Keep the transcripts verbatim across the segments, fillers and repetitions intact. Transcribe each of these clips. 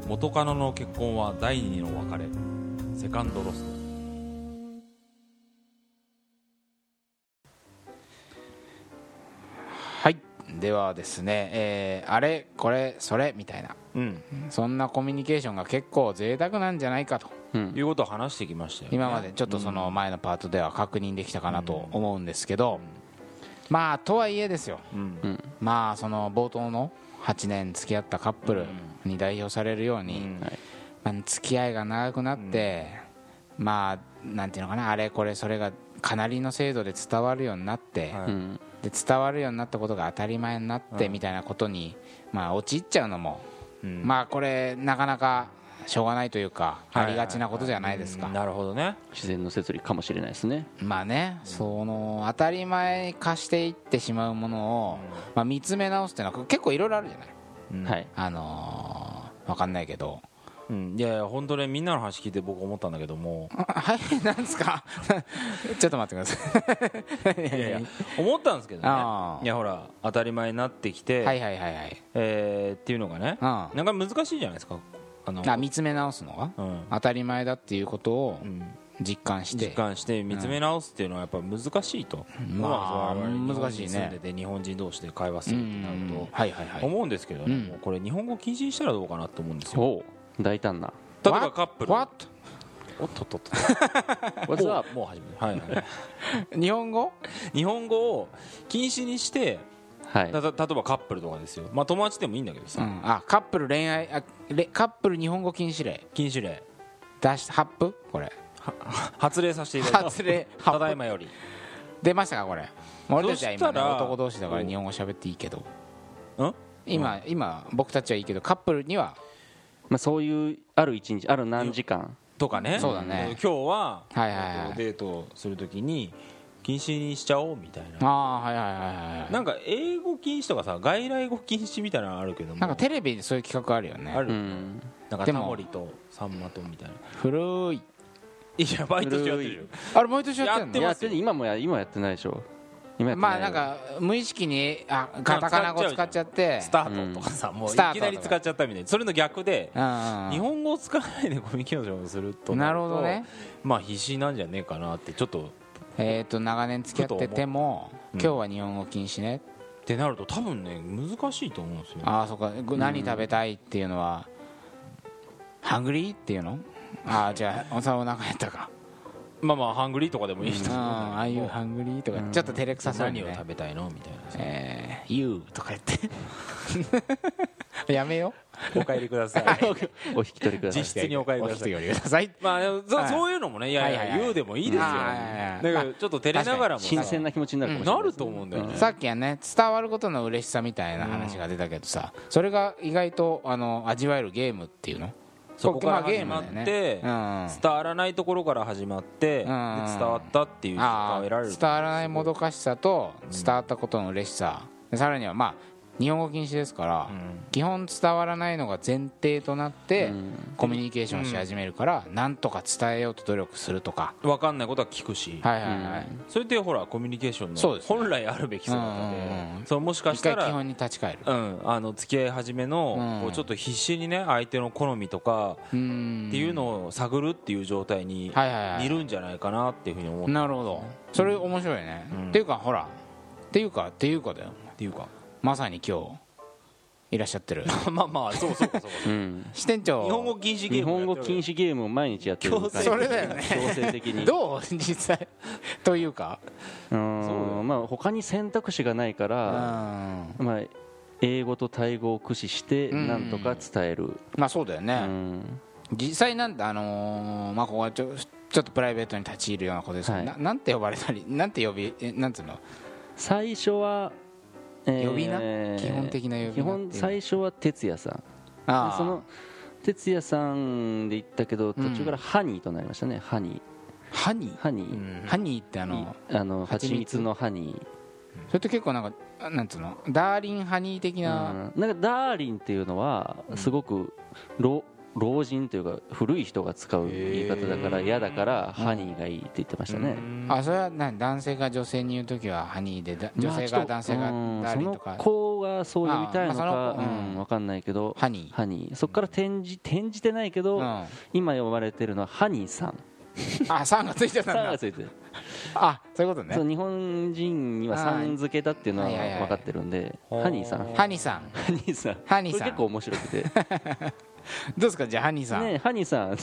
元カノの結婚は第二の別れ、セカンドロスト。 はい、ではですね、えーあれこれそれみたいな、 うん、 そんなコミュニケーションが結構贅沢なんじゃないかということを話してきましたよね。 今までちょっとその前のパートでは確認できたかなと思うんですけど、まあとはいえですよ、 うんうんまあその冒頭のはちねん付き合ったカップルに代表されるように、 うんはいまあ、付き合いが長くなって、まあなんていうのかな、あれこれそれがかなりの精度で伝わるようになって、 はいうんで伝わるようになったことが当たり前になってうんみたいなことに、まあ陥っちゃうのも、 うんまあこれなかなかしょうがないというか、ありがちなことじゃないですか。 うんなるほどね。 自然の摂理かもしれないですね。 まあね、その当たり前化していってしまうものを、まあ、見つめ直すっていうのは結構いろいろあるじゃない。 うんはいあのー、分かんないけど、 うん、いやいや本当ね、みんなの話聞いて僕思ったんだけども、 はいなんですかちょっと待ってくださいいやいや思ったんですけどね。 あーいやほら当たり前になってきて、 はいはいはいはい、 えーっていうのがね、 うん、 なんか難しいじゃないですか。あのあ見つめ直すのがうん当たり前だっていうことをうん実感して、 実感して見つめ直すっていうのはやっぱ難しいと、 まあ我々 難しいね日本に住んでて日本人同士で会話するってなるうんとはいはいはい、 思うんですけどね、 うんもうこれ日本語禁止にしたらどうかなと思うんですよ。 おう大胆な。 例えばカップル What? おっとっとっと What's も up? うもう始める、はいはい、 日本語日本語を禁止にしてはいたた例えばカップルとかですよ、まあ、友達でもいいんだけどさ、 うん、あカップル恋愛あレカップル日本語禁止令禁止令出し発布これ発令させていただきます発令ただいまより。 出ましたかこれ。俺たちは今、ね、 そしたら男同士だから日本語喋っていいけど、 ん今、今僕たちはいいけどカップルにはまあ、そういうある一日ある何時間とかね、 そうだね今日は、 はいはいはいえっとデートをするときに禁止にしちゃおうみたいな、 ああはいはいはいはいなんか英語禁止とかさ外来語禁止みたいなのあるけども、 なんかテレビでそういう企画あるよね。 ある、 うんなんかでもタモリとさんまとみたいな。 古いいや毎年やってるよ。 あれ毎年やってんのやってますやってる今もや今やってないでしょ。今やってまないあなんか無意識にあカタカナ語使っちゃってスタートとかさ、もういスタートきなり使っちゃったみたいな、それの逆でうんうん日本語を使わないでコミュニケーションをするとななるとるほどね。 まあ必死なんじゃねえかなってちょっとえっと長年付き合っててもうん今日は日本語禁止ね、 ってなると多分ね難しいと思うんですよ。 ああそうか、何食べたいっていうのはハングリーっていうの、ああじゃあおさお腹減ったか、 まあまあハングリーとかでもいいとうん、 思うんだけども、 ああいうハングリーとかちょっと照れくさそうにね、 何を食べたいのみたいなさ、 えー、You とか言ってやめよお帰りくださいお引き取りください。 実質にお帰りください。 お引き取りください。 まあでもそはいそういうのもね、いやいやはいはいはい言うでもいいですよ。 うんはいはいはいだからちょっと照れながらもさ新鮮な気持ちになるかもしれないですね。 なると思うんだよね。 さっきはね伝わることの嬉しさみたいな話が出たけどさ、それが意外とあの味わえるゲームっていうの、 そこからまあゲ始まっームだよねてうん伝わらないところから始まってで伝わったっていう実感をあ得られる。 伝わらないもどかしさと伝わったことの嬉しさ、でさらにはまあ日本語禁止ですから、 うん基本伝わらないのが前提となって、 うんコミュニケーションし始めるから、なんとか伝えようと努力するとか、 分かんないことは聞くし、 はいはいはい、 それってほらコミュニケーションのそうですね本来あるべき姿うんうんうでん、 そのもしかしたら一回基本に立ち返る、 うん、あの付き合い始めの、 うんこうちょっと必死にね相手の好みとかうんっていうのを探るっていう状態にはいはいはい似るんじゃないかなっていうふうに思って、 なるほど、それ面白いね、 うんっていうかほらっていうかっていうかだよ、 っていうかまさに今日いらっしゃってるまあまあそうそうかそうかうん支店長、 日本語禁止ゲ日ームをや本ってる語禁止ゲームを毎日やってる強制それだよね強制的にどう実際というか、 うーんまあ他に選択肢がないかうん、 ら、 ままあ、英語とタイ語を駆使してうんなんとか伝える、 あそうだようね、 ん実際なんだあのーまあここはちょちょっとプライベートに立ち入るようなことですけど、 はいななんて呼ばれたりなんて呼びえなんつうの最初は、えー呼び名基本的な呼び名っていう基本最初は哲也さんあーでその哲也さんで言ったけど途中からハニーとなりましたね、ハニハニーーハニー、 うんハニーってあのあの蜂蜜蜂蜜のハニー、 それって結構なんかあなんつうのダーリンハニー的な、 うんなんかダーリンっていうのはすごくロ老人というか古い人が使う言い方だから嫌だからハニーがいいって言ってましたね。 あ、それは何、男性が女性に言うときはハニーで、だ女性が男性がダーリンとか、 その子がそう呼びたいのあまあか、 その子うんうん、分かんないけどハニーハニーそこから転じ転じてないけど、 うん今呼ばれてるのはハニーさんあ、さんがついてたんださんがついてる、 あ、そういうことね。 そう日本人にはさん付けだっていうのははいはいはい分かってるんで、 はいハニーさんハニーさん、 ハニーさんハニーさんこれ結構面白くてどうですか、じゃあハニーさん、 ねハニーさんうん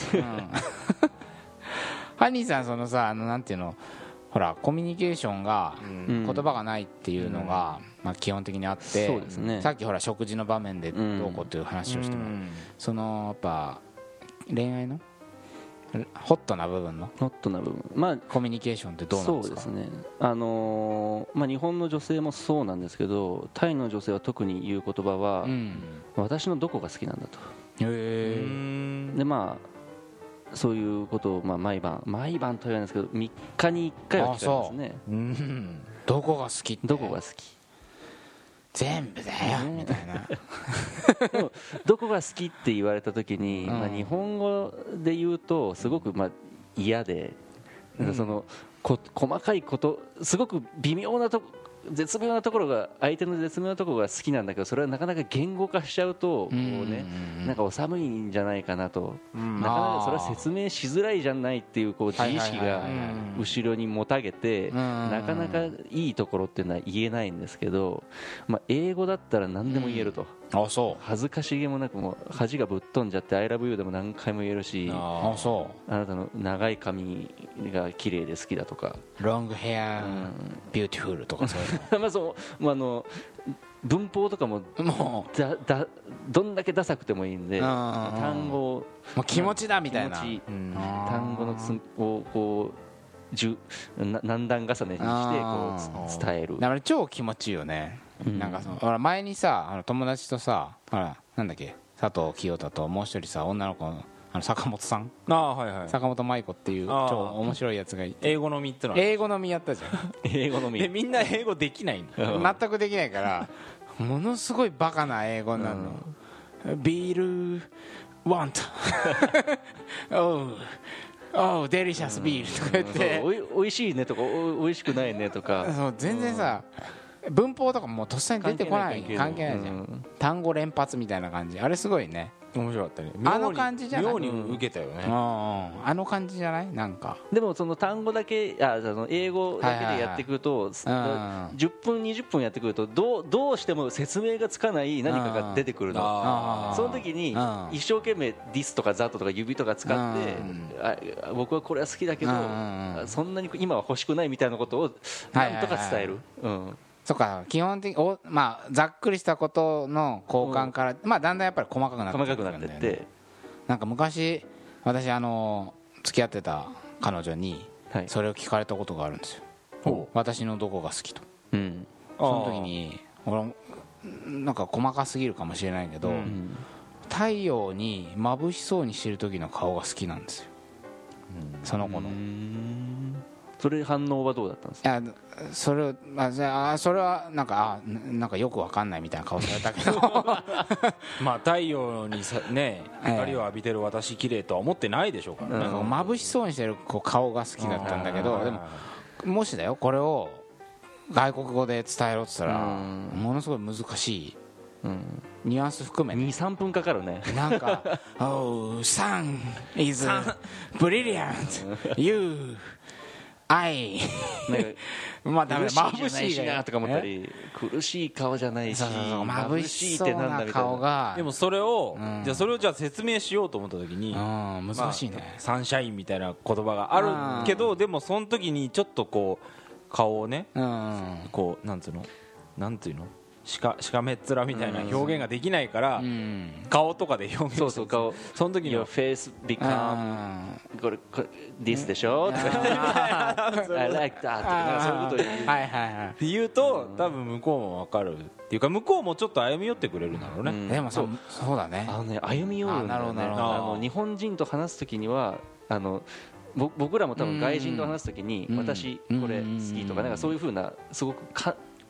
ハニーさん、そのさ、あのなんていうの、ほらコミュニケーションが、 うん言葉がないっていうのが、まあ、基本的にあって、 そうですねさっきほら食事の場面でどうこうっていう話をしても、そのやっぱ恋愛のホットな部分のホットな部分まあコミュニケーションってどうなんですか。 そうですね、あのーまあ、日本の女性もそうなんですけどタイの女性は特に言う言葉は、 うん私のどこが好きなんだと。 へえでまあそういうことをまあ毎晩毎晩とは言わないですけどみっかにいっかいは聞かれますね。 うんどこが好きってどこが好き全部だよみたいなでもどこが好きって言われた時に、 うんまあ、日本語で言うとすごくまあ嫌で、なんかそのこ細かいことすごく微妙なとこ絶妙なところが相手の絶妙なところが好きなんだけどそれはなかなか言語化しちゃうとこうねなんかお寒いんじゃないかなと、 うんなかなかそれは説明しづらいじゃないっていうこう自意識がはいはいはいはい後ろにもたげてんなかなかいいところっていうのは言えないんですけど、まあ、英語だったら何でも言えると、 あ、そう恥ずかしげもなくもう恥がぶっ飛んじゃって「I love you」でも何回も言えるしああ、そなたの長い髪が綺麗で好きだとか、 うロングヘアビューティフルとかそういうまあそうまああの文法とかものもだだどんだけダサくてもいいんでうん単語をうもう気持ちだみたいな気持ちうん単語のつをこうじゅな何段重ねにしてこあうつ伝えるだから超気持ちいいよね、 うんなんかそのほら前にさあの友達とさほらなんだっけ佐藤清太ともう一人さ女の子のあの坂本さんああ、はいはい。 坂本舞子っていうあー超面白いやつがいて英語のみってのは英語のみやったじゃん英語のみでみんな英語できないんだ。 全くできないからものすごいバカな英語になるの、ビールワントおうおうデリシャスビールとか言って、 おいおいしいねとかおおいしくないねとかそう全然さ、文法とかもうとっさに出てこない関関係ないい係なじゃん、 うん単語連発みたいな感じあれすごいね、 面白かったね。 あの感じじゃない妙に受けたよね。 うんあの感じじゃないなんかでもその単語だけああの英語だけでやってくるとはいじゅっぷんにじゅっぷんやってくるとどうどうしても説明がつかない何かが出てくるのあその時にうん一生懸命「ディス」とか「ザット」とか指とか使ってあ僕はこれは好きだけどうんそんなに今は欲しくないみたいなことをはいなんとか伝えるうんそっか基本的お、まあ、ざっくりしたことの交換から、まあ、だんだんやっぱり細かくなって細かくなってってなんか昔私あの付き合ってた彼女にはいそれを聞かれたことがあるんですよ、 ほ私のどこが好きとうんその時に俺なんか細かすぎるかもしれないけど、 うん太陽に眩しそうにしてる時の顔が好きなんですよ、その子の、 ういんそれ反応はどうだったんですかやそれあじゃあそれはなんかあなんかよくわかんないみたいな顔されたけどまあ太陽にさねええ光を浴びてる私綺麗とは思ってないでしょうからね。 なんか眩しそうにしてるこう顔が好きだったんだけどでももしだよこれを外国語で伝えろって言ったらうんものすごい難しいうんニュアンス含めねにさんぷんかかるねなんか「Oh sun is brilliant you I なんかまあダメだ眩眩しいしいがなとか思ったり苦しい顔じゃないしそうそうそう眩しそうな顔がでもそれを、 うんじゃあそれをじゃあ説明しようと思った時に、 うん難しいね、 まあサンシャインみたいな言葉があるけど、でもその時にちょっとこう顔をねうんこうなんつうのなんていうのしかしかめっ面みたいな表現ができないから、 うん顔とかで表現してそうそう顔その時に Your は face う become んこれこれ this でしょとか I like that とかなんかそういうことを言うはいはいはいって言うと多分向こうも分かるっていうか向こうもちょっと歩み寄ってくれるんだろうね、 うんでもさそうだねあのね歩み寄るんだよねあなるほどなるほどあの日本人と話すときにはあのぼ僕らも多分外人と話すときにうん私これ好きとかなんかそういうふうなすごくか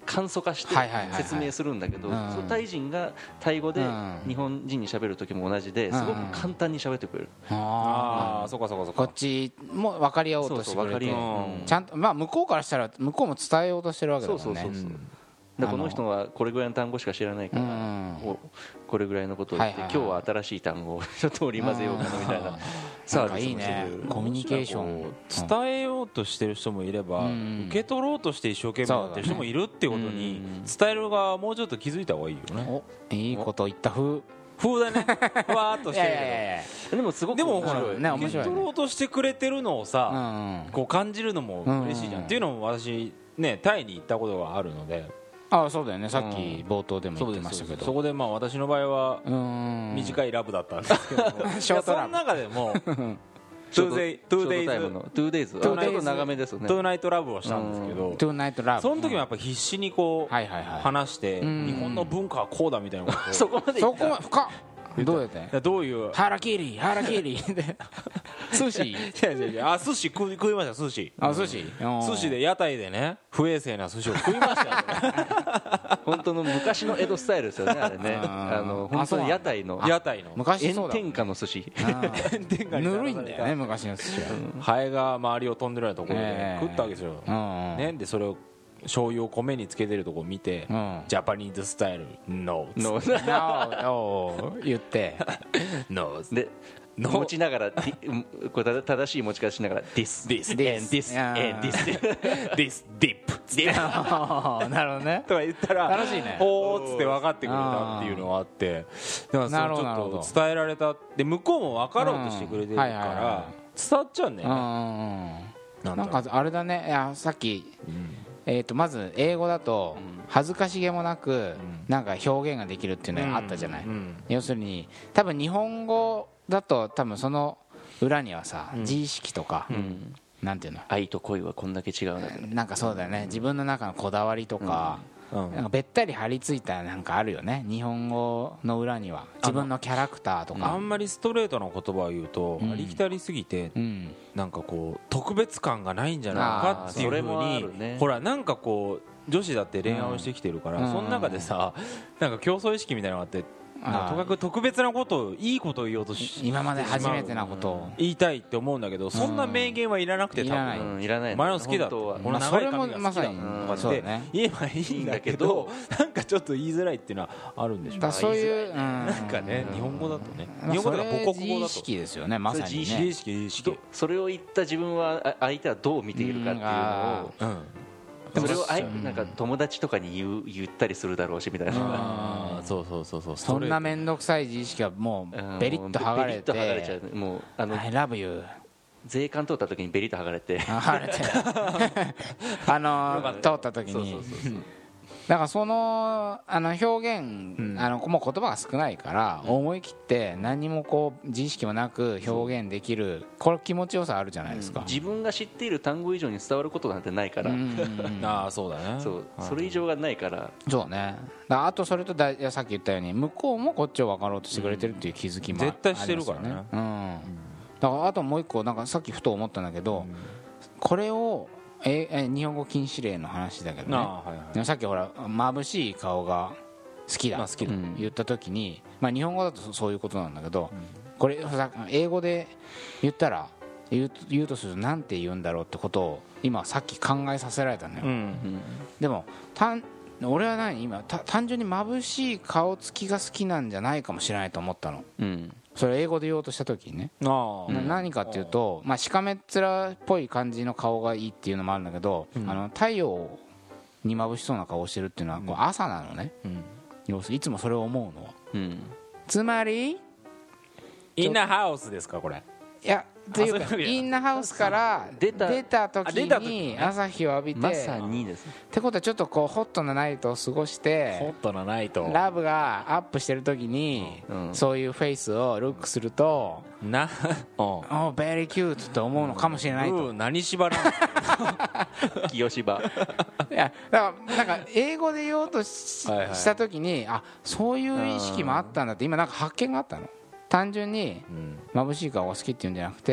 簡素化してはいはいはいはい説明するんだけど、 うんそのタイ人がタイ語でうん日本人に喋る時も同じですごく簡単に喋ってくれる。 あああそうかそうかそうかこっちも分かり合おうとしてくれてそうそう分かり合ううんちゃんとまあ向こうからしたら向こうも伝えようとしてるわけだもんねそうそうそうそううんでこの人はこれぐらいの単語しか知らないから、 うんこうこれぐらいのことを言って、 はいはいはい今日は新しい単語をちょっと織り交ぜようかなみたいなサービスもしてくれる。 なんかいいねコミュニケーション伝えようとしてる人もいれば、 うん受け取ろうとして一生懸命やってる人もいるってことに伝える側はもうちょっと気づいた方がいいよね。 おいいこと言った風風だねふわーっとしてるいやいやいやいやでもすごくけどでもほら面白いね面白いね受け取ろうとしてくれてるのをうさ、 んこう感じるのも嬉しいじゃん、 うんっていうのも私ねタイに行ったことがあるので、 ああそうだよねさっき冒頭でも言ってましたけどそこでまあ私の場合はうん短いラブだったんですけどもショートラブいやその中でもショート 2days ショートタイムの トゥーデイズトゥーデイズちょっと長めですよね。 トゥーナイトラブをしたんですけど、 トゥーナイトラブその時もやっぱ必死にこうはいはいはい話してうん日本の文化はこうだみたいなことをそこまでそこ言ったま深っどうやっていやどういうハラキリハラキリで寿司いやいやいやあ寿司食い食いました寿司あ寿司寿司で屋台でね不衛生な寿司を食いましたよね本当の昔の江戸スタイルですよねあれね。 あーあの本当に屋台の屋台の炎昔そうだ天下の寿司。 天下にぬるいんだよね昔の寿司はハエが周りを飛んでるようなところでええ食ったわけですよ、 うんうんね、でそれを醤油を米につけてるところを見て、 うんジャパニーズスタイル NO の No 言ってノーで持ちながらディこれ正しい持ち方しながら This This and this いやー and this This deep なるほどねとか言ったら楽しいねおーっつって分かってくれたっていうのがあってだからそなるのちほどなるほどょっと伝えられたで向こうも分かろうとしてくれてるかうんはいはいはら伝わっちゃうんだよねうんうんななんかあれだねいやさっきえーとまず英語だと恥ずかしげもなくなんか表現ができるっていうのがあったじゃないうん要するに多分日本語だと多分その裏にはさ自意識とかうんなんていうの愛と恋はこんだけ違うんだけどなんかそうだよね自分の中のこだわりとかうんなんかべったり張り付いたなんかあるよね日本語の裏には自分のキャラクターとあかんまりストレートな言葉を言うとうんありきたりすぎてうんなんかこう特別感がないんじゃないかっていうふうあーそれもあにるねほらなんかこう女子だって恋愛をしてきてるかうんらその中でさなんか競争意識みたいなのがあってなんかあーとかく特別なことをいいことを言おうとし今まで初めてなことを言いたいって思うんだけどそんな名言はいらなくて多いらない分うんいらないお前の好きだ本当はこのまあ長い髪が好きだそれもまさにとうんかってそうだね言えばいいんだけどなんかちょっと言いづらいっていうのはあるんでしょだからそういうなんかね日本語だとねまあ日本語だと母国語それ自意だと識ですよねまさに自ね意識自意識どそれを言った自分はあ相手はどう見ているかっていうのをうんそれをあいうんなんか友達とかに言う言ったりするだろうしみたいなあーそうそうそうそうそんなス面倒くさい自意識はもうんうベリッと剥がれベリッと剥がれちゃてうもうあの I love you 税関通った時にベリッと剥がれて剥がれてあの通った時そうにそうそうそうだからそのあの表現、 んあのもう言葉が少ないから、思い切って何もこう自意識もなく表現できるこれ気持ちよさあるじゃないですか、 自分が知っている単語以上に伝わることなんてないから、 うんうんうんああそうだねそうそれ以上がないからそうねだからあとそれとだいやさっき言ったように向こうもこっちを分かろうとしてくれてるっていう気づきもあ絶対してるからねありますようんだからあともう一個なんかさっきふと思ったんだけど、これをええ日本語禁止令の話だけどね、 ああはいはいでもさっきほら眩しい顔が好きだまあ好きだと言った時に、まあ、日本語だとそういうことなんだけど、これさ英語で言ったら言う言うとすると何て言うんだろうってことを今さっき考えさせられたのよ、 うんでも単俺は何今た単純に眩しい顔つきが好きなんじゃないかもしれないと思ったのうんそれ英語で言おうとした時にね、 ああな何かっていうと、まあ、しかめっ面っぽい感じの顔がいいっていうのもあるんだけど、あの太陽に眩しそうな顔をしてるっていうのはこう朝なのね、 うん要するにいつもそれを思うのはうんつまりいインナーハウスですかこれやっていうかあそういうわけじゃないインナーハウスから出た出た時あ出た時にね朝日を浴びてまさにですってことはちょっとこうホットなナイトを過ごしホッてトなナイトラブがアップしてる時にうんそういうフェイスをルックするとなうんおーベリーキュートって思うのかもしれないとうん何縛らん清芝いやだからなんか英語で言おうと し, はいはいした時にあそういう意識もあったんだって今なんか発見があったの単純にうん眩しい顔が好きっていうんじゃなくて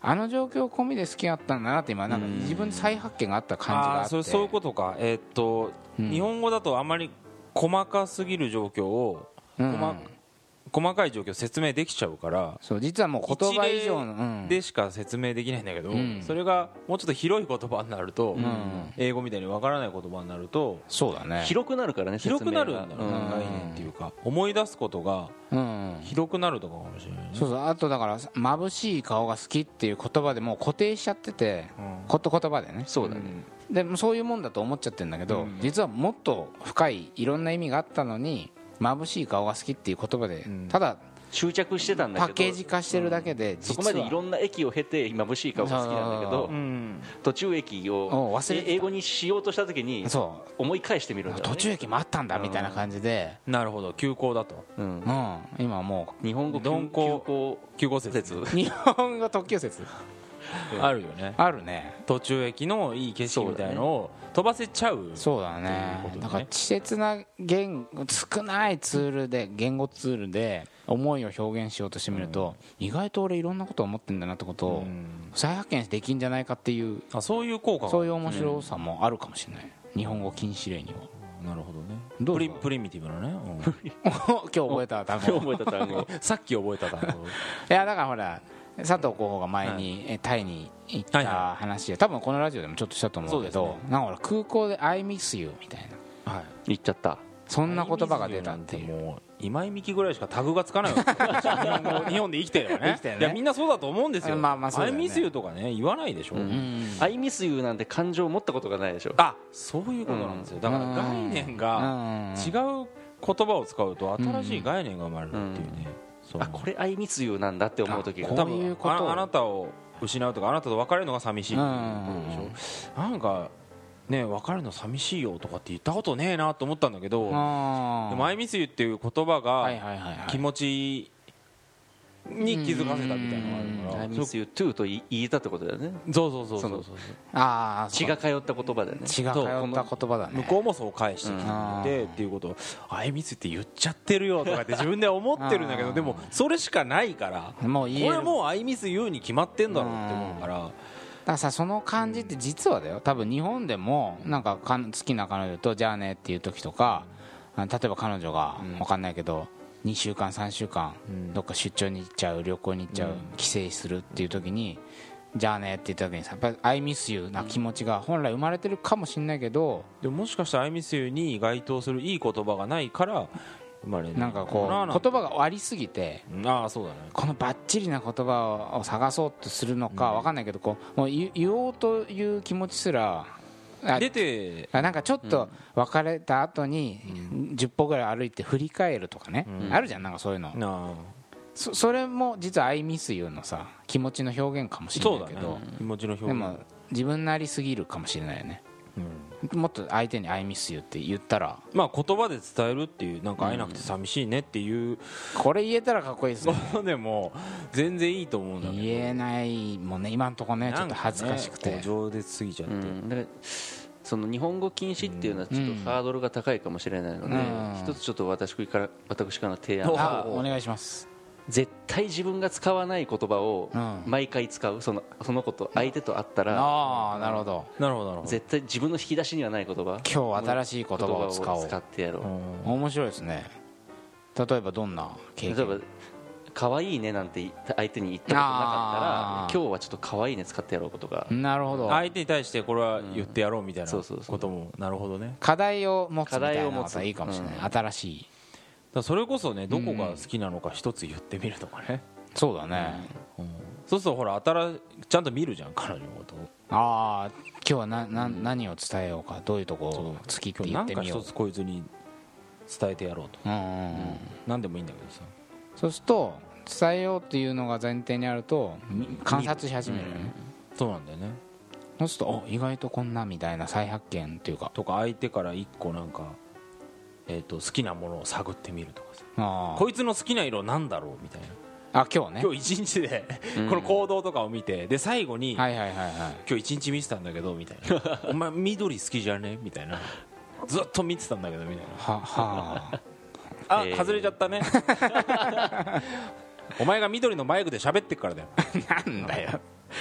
あの状況込みで好きだったんだなって今なんか自分で再発見があった感じがあって、 あそれそういうことか、えーっとうん日本語だとあまり細かすぎる状況を、 うん細細かい状況を説明できちゃうからそう実はもう言葉以上の、うんでしか説明できないんだけど、 うんそれがもうちょっと広い言葉になると、 うん英語みたいにわからない言葉になるとそうだね広くなるからね広くなるんだ説明がろうな、概念っていうか思い出すことがうん広くなるとかかもしれないね。 そうそうあとだから眩しい顔が好きっていう言葉でもう固定しちゃってて、 うんこと言葉でねそうだね、 でもそういうもんだと思っちゃってるんだけど、 うん実はもっと深いいろんな意味があったのに眩しい顔が好きっていう言葉で、 うんただ執着してたんだけどパッケージ化してるだけで、 そこまでいろんんな駅を経て眩しい顔が好きなんだけどうん途中駅おをう忘れてた英語にしようとした時にそ思い返してみるんだよねう途中駅もあったんだみたいな感じで、 なるほど急行だとうんうん、今も日本語鈍行急行急行説説う日本語特急説あるよね。 あるね途中駅のいい景色みたいのを飛ばせちゃう。 そうだねということねだから稚拙な言少ないツールで言語ツールで思いを表現しようとしてみると、意外と俺いろんなこと思ってんだなってことをうん再発見できんじゃないかっていうあそういう効果がそういう面白さもあるかもしれない、日本語禁止令にはなるほどね。 どうプリプリミティブなね、 今日覚えた単語覚えた単語うんさっき覚えた単語。 いやだからほら佐藤候補が前に、えタイに行っはいはた話で多分このラジオでもちょっとしたと思うけどそうですなんかほら空港で「I miss you」みたいなはい。 言っちゃったそんな言葉が出たっていうもう今井美樹ぐらいしかタグがつかないわけですよ日本語日本で生きてればね生きてるねいやみんなそうだと思うんですよ。 まあまあそうだよね I miss you とかね言わないでしょ、 うんうん 「I miss you」なんて感情を持ったことがないでしょあそういうことなんですよ。だから概念がうん違う言葉を使うと新しい概念が生まれるっていうね、そうあこれ「I miss you」なんだって思う時があ多こういうこと分ああなたを失うとかあなたと別れるのが寂しいっていうことでしょ。なんかね別れるの寂しいよとかって言ったことねえなと思ったんだけど、であも「I miss you」っていう言葉はいがはいはいはい気持ちに気づかせたみたいなのがある 「 から I miss you too」と言い言えたってことだよねそうそうそうそうそうああ血が通った言葉だよね血が通った言葉だね向こうもそう返してきてうんてっていうことを「あいみつって言っちゃってるよ」とかって自分で思ってるんだけどうんでもそれしかないからもう言えるこれもう「アイミスユー」に決まってんだろうって思うからだからさその感じって実はだよ多分日本でもなんかかん好きな彼女とじゃあねっていう時とかあ例えば彼女がうん分かんないけどにしゅうかんさんしゅうかうんんどっか出張に行っちゃう旅行に行っちゃううん帰省するっていう時にじゃあねって言った時にさやっぱり「I miss you」な気持ちが本来生まれてるかもしれないけどでももしかしたら「アイミスユー」に該当するいい言葉がないから生まれるなんかこなう言葉がありすぎてうんああそうだねこのバッチリな言葉を探そうとするのかうん分かんないけどこうもう言言おうという気持ちすらあ出てあなんかちょっと別れた後にじゅっぽぐらい歩いて振り返るとかね、 うんあるじゃんなんかそういうの、 なあそそれも実は「I miss you」のさ気持ちの表現かもしれそうだねないけど、 気持ちの表現でも自分なりすぎるかもしれないよねうんもっと相手に「I miss you」って言ったらまあ言葉で伝えるっていうなんか会えなくて寂しいねっていうこれ言えたらかっこいいですねのでも全然いいと思うんだけど言えないもんね今んとこねちょっと恥ずかしくて、 なんかねこう饒舌すぎちゃって、 うんだからその日本語禁止っていうのはちょっとハードルが高いかもしれないので、 うん一つちょっと私から私からの提案おはあお願いします絶対自分が使わない言葉をうん毎回使うそのその子と相手と会ったらああなるほどなるほどなるほど絶対自分の引き出しにはない言葉今日新しい言葉を使おう使ってやろううん面白いですね例えばどんな経験例えば可愛いねなんて相手に言ったことなかあーったら今日はちょっと可愛いね使ってやろうとかなるほど相手に対してこれは言ってやろうみたいなそうそうそうこともなるほどね。 課題を持つみたいな課題を持つのがいいかもしれない、 うん新しいだからそれこそねどこが好きなのか一つ言ってみるとかね、 そうだね、 うんそうするとほら新ちゃんと見るじゃん彼女のことをああ今日はなな何を伝えようかどういうとこを好きって言今日なんかってみよう一つこいつに伝えてやろうと、 うんうんうん何でもいいんだけどさそうすると伝えようっていうのが前提にあるとみ観察し始めるよね、 そうなんだよね。 そうするとお意外とこんなみたいな再発見っていうかとか相手から一個なんか、えー、と好きなものを探ってみるとかさあこいつの好きな色なんだろうみたいなあ今日ね今日一日でうんこの行動とかを見てで最後に、 はいはいはいはい今日一日見てたんだけどみたいなお前緑好きじゃねみたいなずっと見てたんだけどみたいなははあ、 えー外れちゃったねお前が緑のマイクで喋ってっからだよなんだよ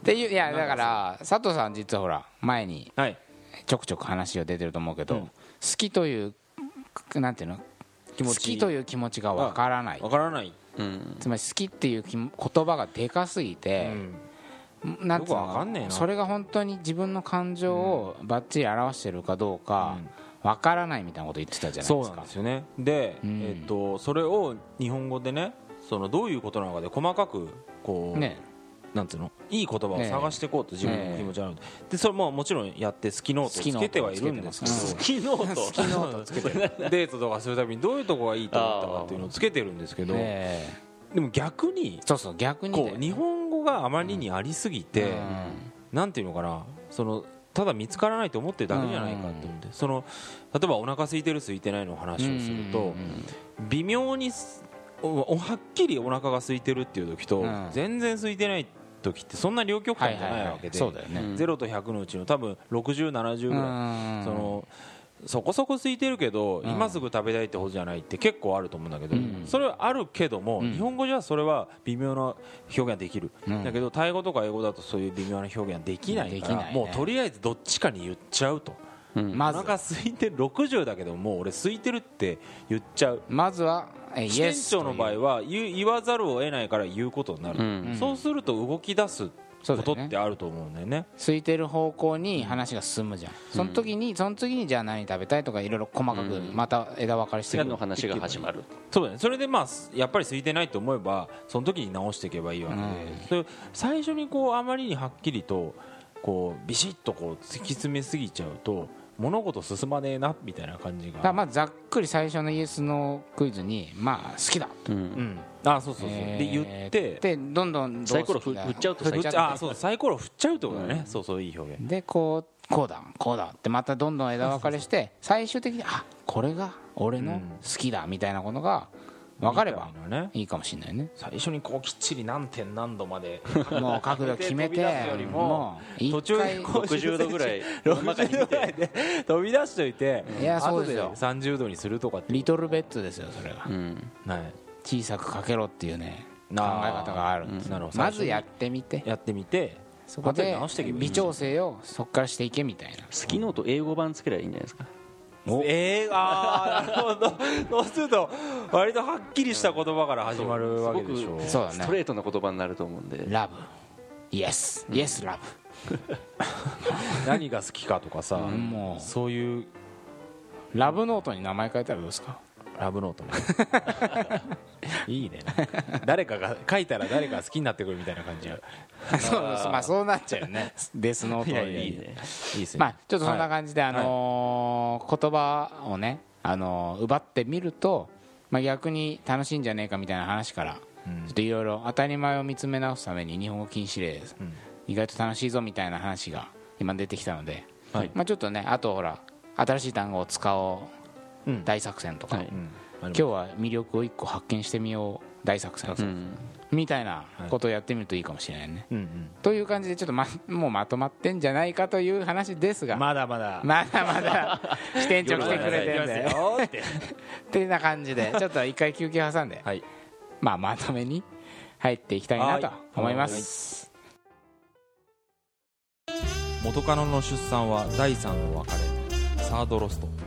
っていういやだから佐藤さん実はほら前にはいちょくちょく話が出てると思うけど、 うん好きというなんていうの気持ち好きという気持ちがわからない、 わからない、 うんつまり好きっていう気も言葉がでかすぎうて、 んなんていうよくわかんねえなのそれが本当に自分の感情をバッチリ表してるかどうかわからないみたいなこと言ってたじゃないそうですか。 なんですよね。で、 うんえっとそれを日本語でね、そのどういうことなのかで細かくこう、 ねなんていうの、いい言葉を探していこうと自分の気持ちがあるので、でそれももちろんやって好きノートをつけてはいるんですけど、 好好きノート好きノートつけてるデートとかするたびにどういうとこがいいと思ったかっていうのをつけてるんですけど、 えでも逆にそうそう逆にだよこう日本語があまりにありすぎて、 うんなんていうのかな、そのただ見つからないと思ってるだけじゃないかって思って、その例えばお腹空いてる空いてないの話をすると、微妙にすおはっきりお腹が空いてるっていう時と、 うん全然空いてない時ってそんな両極端じゃないわけで、 そうだよね、 うんゼロとひゃくのうちの多分ろくじゅう、ななじゅうぐらい、 うんそのそこそこ空いてるけど、 うん今すぐ食べたいってほどじゃないって結構あると思うんだけど、 うんそれはあるけども、 うん日本語じゃそれは微妙な表現ができる、 うんだけどタイ語とか英語だとそういう微妙な表現はできないから、 できないねもうとりあえずどっちかに言っちゃうと、 うんまずお腹空いてるろくじゅうだけどもう俺空いてるって言っちゃう。 まずはえ支店長の場合は言う言わざるを得ないから言うことになる、 うんそうすると動き出すことってあると思うんだよね。 空いてる方向に話が進むじゃん、その時にその次にじゃあ何食べたいとかいろいろ細かくまた枝分かれしてくる次の話が始まる。 そうだね。それでまあやっぱり空いてないと思えばその時に直していけばいいわけで、 うんそれ最初にこうあまりにはっきりとこうビシッとこう突き詰めすぎちゃうと物事進まねえなみたいな感じが。 だからまあざっくり最初のイエスのクイズにまあ好きだうんうん、あそうそうそう、 えーで言ってでどんどんどうサイコロ好きだ振っちゃうと振っち振っちゃってゃあそうサイコロ振っちゃうってことだね、そうそういい表現。 でこうこうだこうだってまたどんどん枝分かれして最終的にあこれが俺の好きだみたいなことが分かればみたいなね、 いいかもしれないね。 最初にこうきっちり何点何度までもう角度決めて飛び出すよりももう途中一回でこうろくじゅうどぐらいろくじゅうどぐらいで飛び出しといて、 いやそうですよ後でさんじゅうどにするとかって、 リトルベッツですよそれがうんはい、 小さくかけろっていうね考えあー方があるんですなるほどまずやってみてやってみて後そこで直していけばいい微調整をそこからしていけみたいな。 好きノート英語版つければいいんじゃないですか。 えー、あーなるほどそうすると割とはっきりした言葉から始まるわけでしょう。 そうだねストレートな言葉になると思うんで。 ラブイエスイエスラ何が好きかとかさ、 ブもそういううラブノートに名前変えたらどうですか。 ラブノートねいいね誰かが書いたら誰かが好きになってくるみたいな感じがそうまあそうなっちゃうよねデスノートいやいやにいいねいいですね、 まあちょっとそんな感じであのー言葉をねあのー奪ってみるとまあ逆に楽しいんじゃねえかみたいな話からうんちょっといろいろ当たり前を見つめ直すために日本語禁止令うん意外と楽しいぞみたいな話が今出てきたので、 はいまあ、ちょっとねあとほら新しい単語を使おううん大作戦とか、 はいうん今日は魅力を一個発見してみよう大作戦、 うんみたいなことをやってみるといいかもしれないね、 うんうんという感じでちょっと、ま、もうまとまってんじゃないかという話ですが、 まだまだまだまだ支店長来てくれてるんでいきますよってってな感じでちょっと一回休憩挟んで、 はいまあ、まとめに入っていきたいなと思います。 元カノの出産は第三の別れサードロスト。